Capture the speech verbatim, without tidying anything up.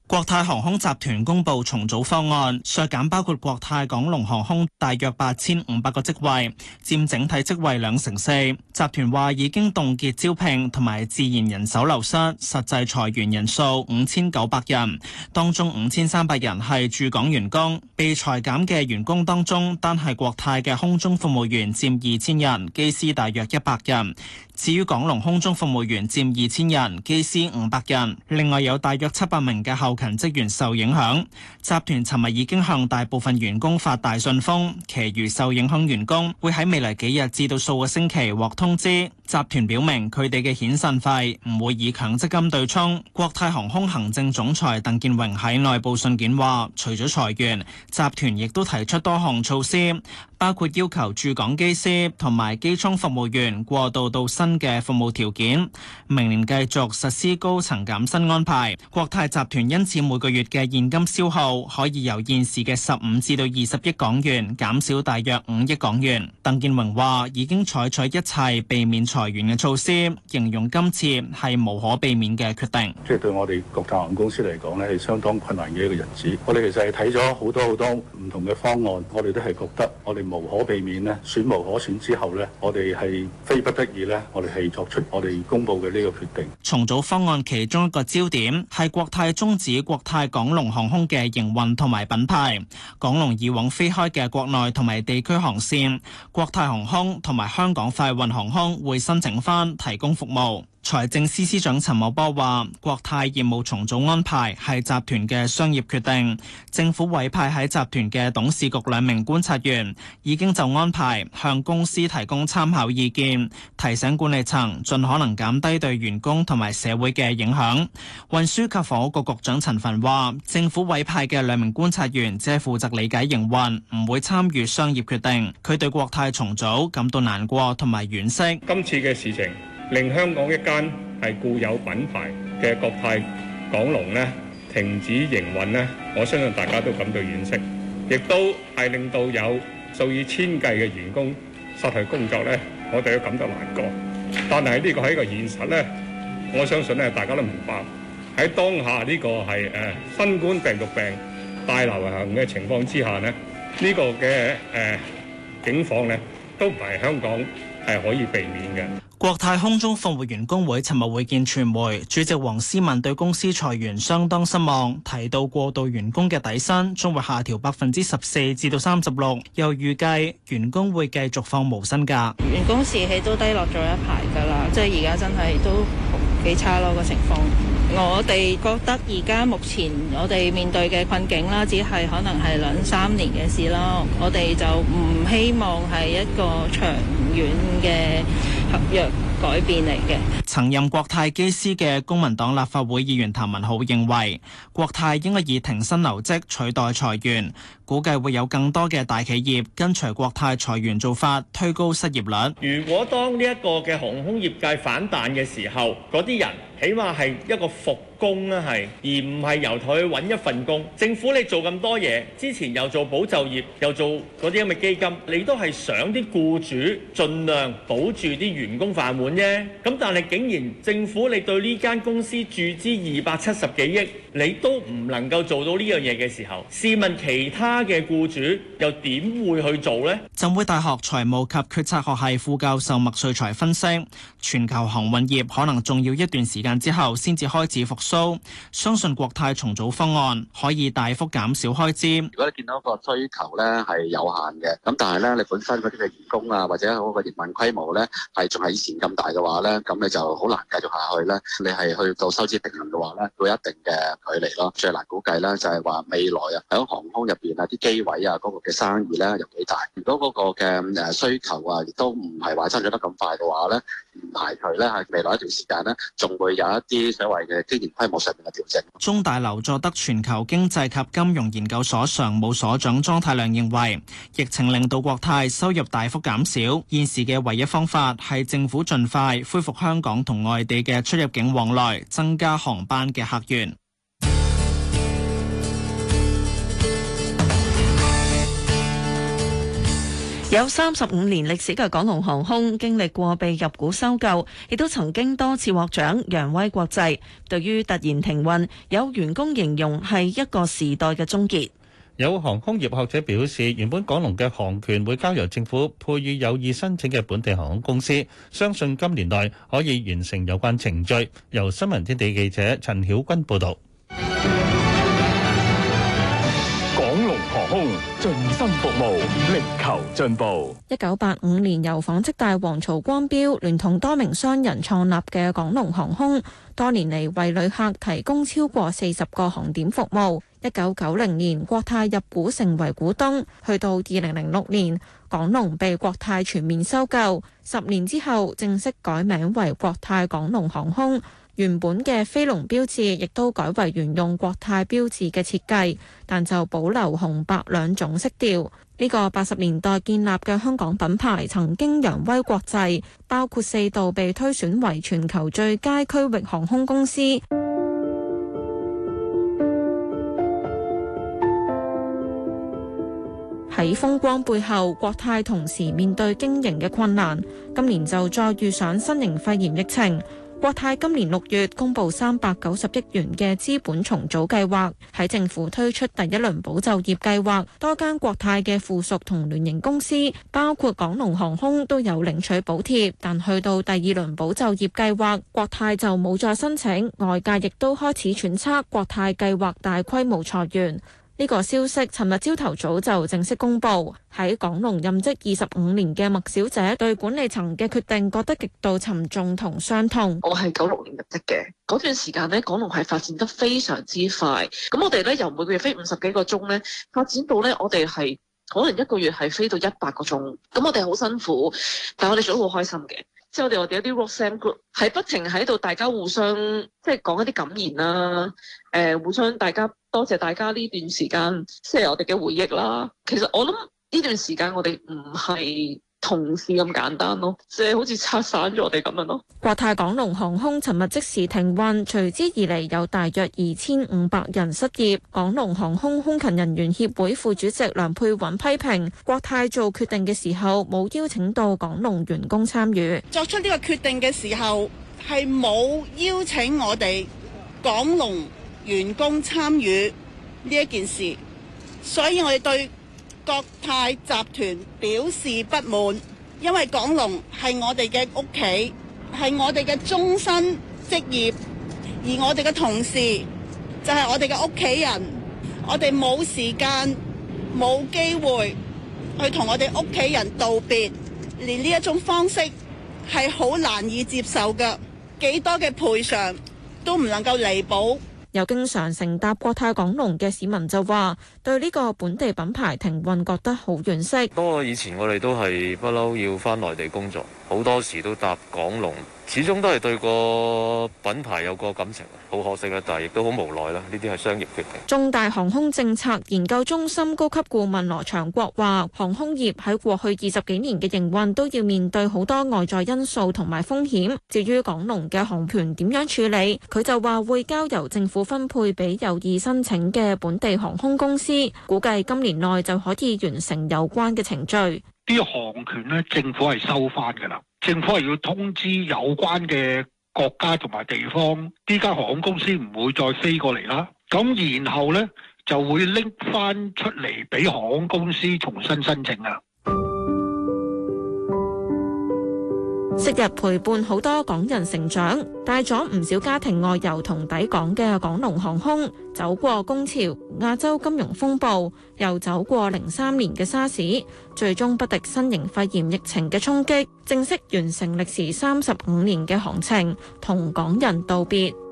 國泰航空集團公布重組方案，削減包括國泰港龍航空大約八千五百個職位，佔整體職位兩成四。集團話已經凍結招聘同埋自然人手流失，實際裁員人數五千九百人，當中五千三百人係駐港員工。被裁減嘅員工當中，單係國泰嘅空中服務員佔二千人，機師大約一百人。至於港龍空中服務員佔二千人，機師五百人，另外有大約七百名嘅後勤職員受影響。集團尋日已經向大部分員工發大信封，其餘受影響員工會喺未來幾日至到數個星期獲通知。集團表明佢哋嘅遣散費唔會以強積金對沖。國泰航空行政總裁鄧健榮喺內部信件話，除咗裁員，集團亦都提出多項措施，包括要求駐港機師同埋機艙服務員過渡到新嘅服務條件，明年繼續實施高層減薪安排。國泰集團因此每個月嘅現金消耗可以由現時嘅十五至到二十億港元減少大約五億港元。鄧健榮話已經採取一切避免裁員嘅措施，形容今次係無可避免嘅決定。 即係對我哋國泰航空公司嚟講咧，係相當困難嘅一個日子。我哋其實係睇咗好多好多唔同嘅方案，我哋都係覺得我哋無可避免咧，選無可選之後咧，我哋係非不得已咧，我哋係作出我哋公布嘅呢個決定。 重組方案其中一個焦點係國泰終止國泰港龍航空嘅營運同埋品牌。港龍以往飛開嘅國內同埋地區航線，國泰航空同埋香港快運航空會申請翻提供服務。財政司司長陳茂波話，國泰業務重組安排係集團嘅商業決定，政府委派喺集團嘅董事局兩名觀察員已經就安排向公司提供參考意見，提醒管理層盡可能減低對員工同埋社會嘅影響。運輸及房屋局局長陳帆話，政府委派嘅兩名觀察員只係負責理解營運，唔會參與商業決定。佢對國泰重組感到難過同埋惋惜。 今次嘅事情令香港一間係固有品牌嘅國泰港龍呢停止營運呢，我相信大家都感到惋惜，亦都係令到有數以千計嘅員工失去工作呢，我哋都感到難過。但係呢個係一個現實呢，我相信呢大家都明白喺當下呢個係誒新冠病毒病大流行嘅情況之下呢，呢個嘅誒境況呢都唔係香港係可以避免嘅。 國泰空中服務員工會尋日會見傳媒，主席黃思文對公司裁員相當失望，提到過渡員工嘅底薪將會下調百分之十四至到三十六，又預計員工會繼續放無薪假。 員工士氣都低落咗一排㗎啦，即係而家真係都幾差咯個情況。我哋覺得而家目前我哋面對嘅困境啦，只係可能係兩三年嘅事啦。我哋就唔希望係一個長遠嘅合約改變嚟嘅。 曾任國泰機師嘅公民黨立法會議員譚文豪認為，國泰應該以停薪留職取代裁員，估計會有更多嘅大企業跟隨國泰裁員做法，推高失業率。 如果當呢一個嘅航空業界反彈嘅時候，嗰啲人起碼係一個復工啦，係而唔係由頭去揾一份工。政府你做咁多嘢，之前又做保就業，又做嗰啲咁嘅基金，你都係想啲僱主盡量保住啲員工飯碗啫。咁但係竟然政府你對呢間公司注資二百七十幾億，你都唔能夠做到呢樣嘢嘅時候，試問其他嘅僱主又點會去做呢？ 浸會大學財務及決策學系副教授麥瑞才分析，全球航運業可能仲要一段時間之後先至開始復甦，相信國泰重組方案可以大幅減少開支。 如果你見到個需求咧係有限嘅，咁但係咧你本身嗰啲嘅員工啊或者嗰個營運規模咧係仲係以前咁大嘅話咧，咁你就好難繼續下去咧。你係去到收支平衡嘅話咧，會有一定嘅距離咯。最難估計咧就係話未來啊喺航空入邊啊啲機位啊嗰個嘅生意咧有幾大。如果嗰個嘅誒需求啊亦都唔係話增長得咁快嘅話咧，唔排除咧係未來一段時間咧仲會有一啲所謂嘅經營規模上面嘅調整。 中大劉佐德全球經濟及金融研究所常務所長莊太量認為，疫情令到國泰收入大幅減少，現時嘅唯一方法係政府盡快恢復香港同外地嘅出入境往來，增加航班嘅客源。 有三十五年歷史嘅港龍航空經歷過被入股收購，亦都曾經多次獲獎揚威國際。對於突然停運，有員工形容係一個時代嘅終結。 有航空業學者表示，原本港龍嘅航權會交由政府配予有意申請嘅本地航空公司，相信今年內可以完成有關程序。由新聞天地記者陳曉君報導。 港龍航空盡心服務，力求進步。 一九八五年由紡織大王曹光標聯同多名商人創立嘅港龍航空，多年嚟為旅客提供超過四十個航點服務。一九九零年國泰入股成為股東，去到二零零六年港龍被國泰全面收購，十年之後正式改名為國泰港龍航空。原本嘅飛龍標誌亦都改為沿用國泰標誌嘅設計，但就保留紅白兩種色調。呢個八十年代建立嘅香港品牌曾經揚威國際，包括四度被推選為全球最佳區域航空公司。喺風光背後，國泰同時面對經營嘅困難，今年就再遇上新型肺炎疫情。國泰今年六月公布三百九十億元嘅資本重組計劃，喺政府推出第一輪保就業計劃，多間國泰嘅附屬同聯營公司，包括港龍航空都有領取補貼，但去到第二輪保就業計劃，國泰就冇再申請，外界亦都開始揣測國泰計劃大規模裁員。呢個消息尋日朝頭早就正式公布。喺港龍任職二十五年嘅麥小姐對管理層嘅決定覺得極度沉重同傷痛。 我係九六年入職嘅，嗰段時間咧，港龍係發展得非常之快。咁我哋咧由每個月飛五十幾個鐘咧，發展到咧我哋係可能一個月係飛到一百個鐘。咁我哋好辛苦，但係我哋做得好開心嘅。即係我哋我哋有啲 WhatsApp group 係不停喺度，大家互相即係講一啲感言啦，誒、呃，互相大家多謝大家呢段時間，即係我哋嘅回憶啦。其實我諗呢段時間我哋唔係同事咁簡單咯，即係好似拆散咗我哋咁樣咯。 國泰港龍航空尋日即時停運，隨之而嚟有大約二千五百人失業。港龍航空空勤人員協會副主席梁佩韻批評國泰做決定嘅時候冇邀請到港龍員工參與， 作出呢個決定嘅時候係冇邀請我哋港龍員工參與呢一件事，所以我哋對國泰集團表示不滿，因為港龍係我哋嘅屋企，係我哋嘅終身職業，而我哋嘅同事就係我哋嘅屋企人，我哋冇時間冇機會去同我哋屋企人道別，連呢一種方式係好難以接受嘅，幾多嘅賠償都唔能夠彌補。 有經常乘搭國泰港龍嘅市民就話，對呢個本地品牌停運覺得好惋惜。 不過以前我哋都係不嬲要返內地工作，好多時都搭港龍，始終都係對個品牌有個感情，好可惜啊！但係亦都好無奈啦，呢啲係商業決定。 中大航空政策研究中心高級顧問羅祥國話，航空業喺過去二十幾年嘅營運都要面對好多外在因素同埋風險。至於港龍嘅航權點樣處理，佢就話會交由政府分配俾有意申請嘅本地航空公司，估計今年內就可以完成有關嘅程序。 啲航權咧，政府係收翻㗎啦，政府係要通知有關嘅國家同埋地方，呢間航空公司唔會再飛過嚟啦。咁然後咧就會拎翻出嚟俾航空公司重新申請啊。 昔日陪伴好多港人成長，帶咗唔少家庭外遊同抵港嘅港龍航空，走過工潮、亞洲金融風暴，又走過零三年嘅沙士，最終不敵新型肺炎疫情嘅衝擊，正式完成歷時三十五年嘅航程，同港人道別。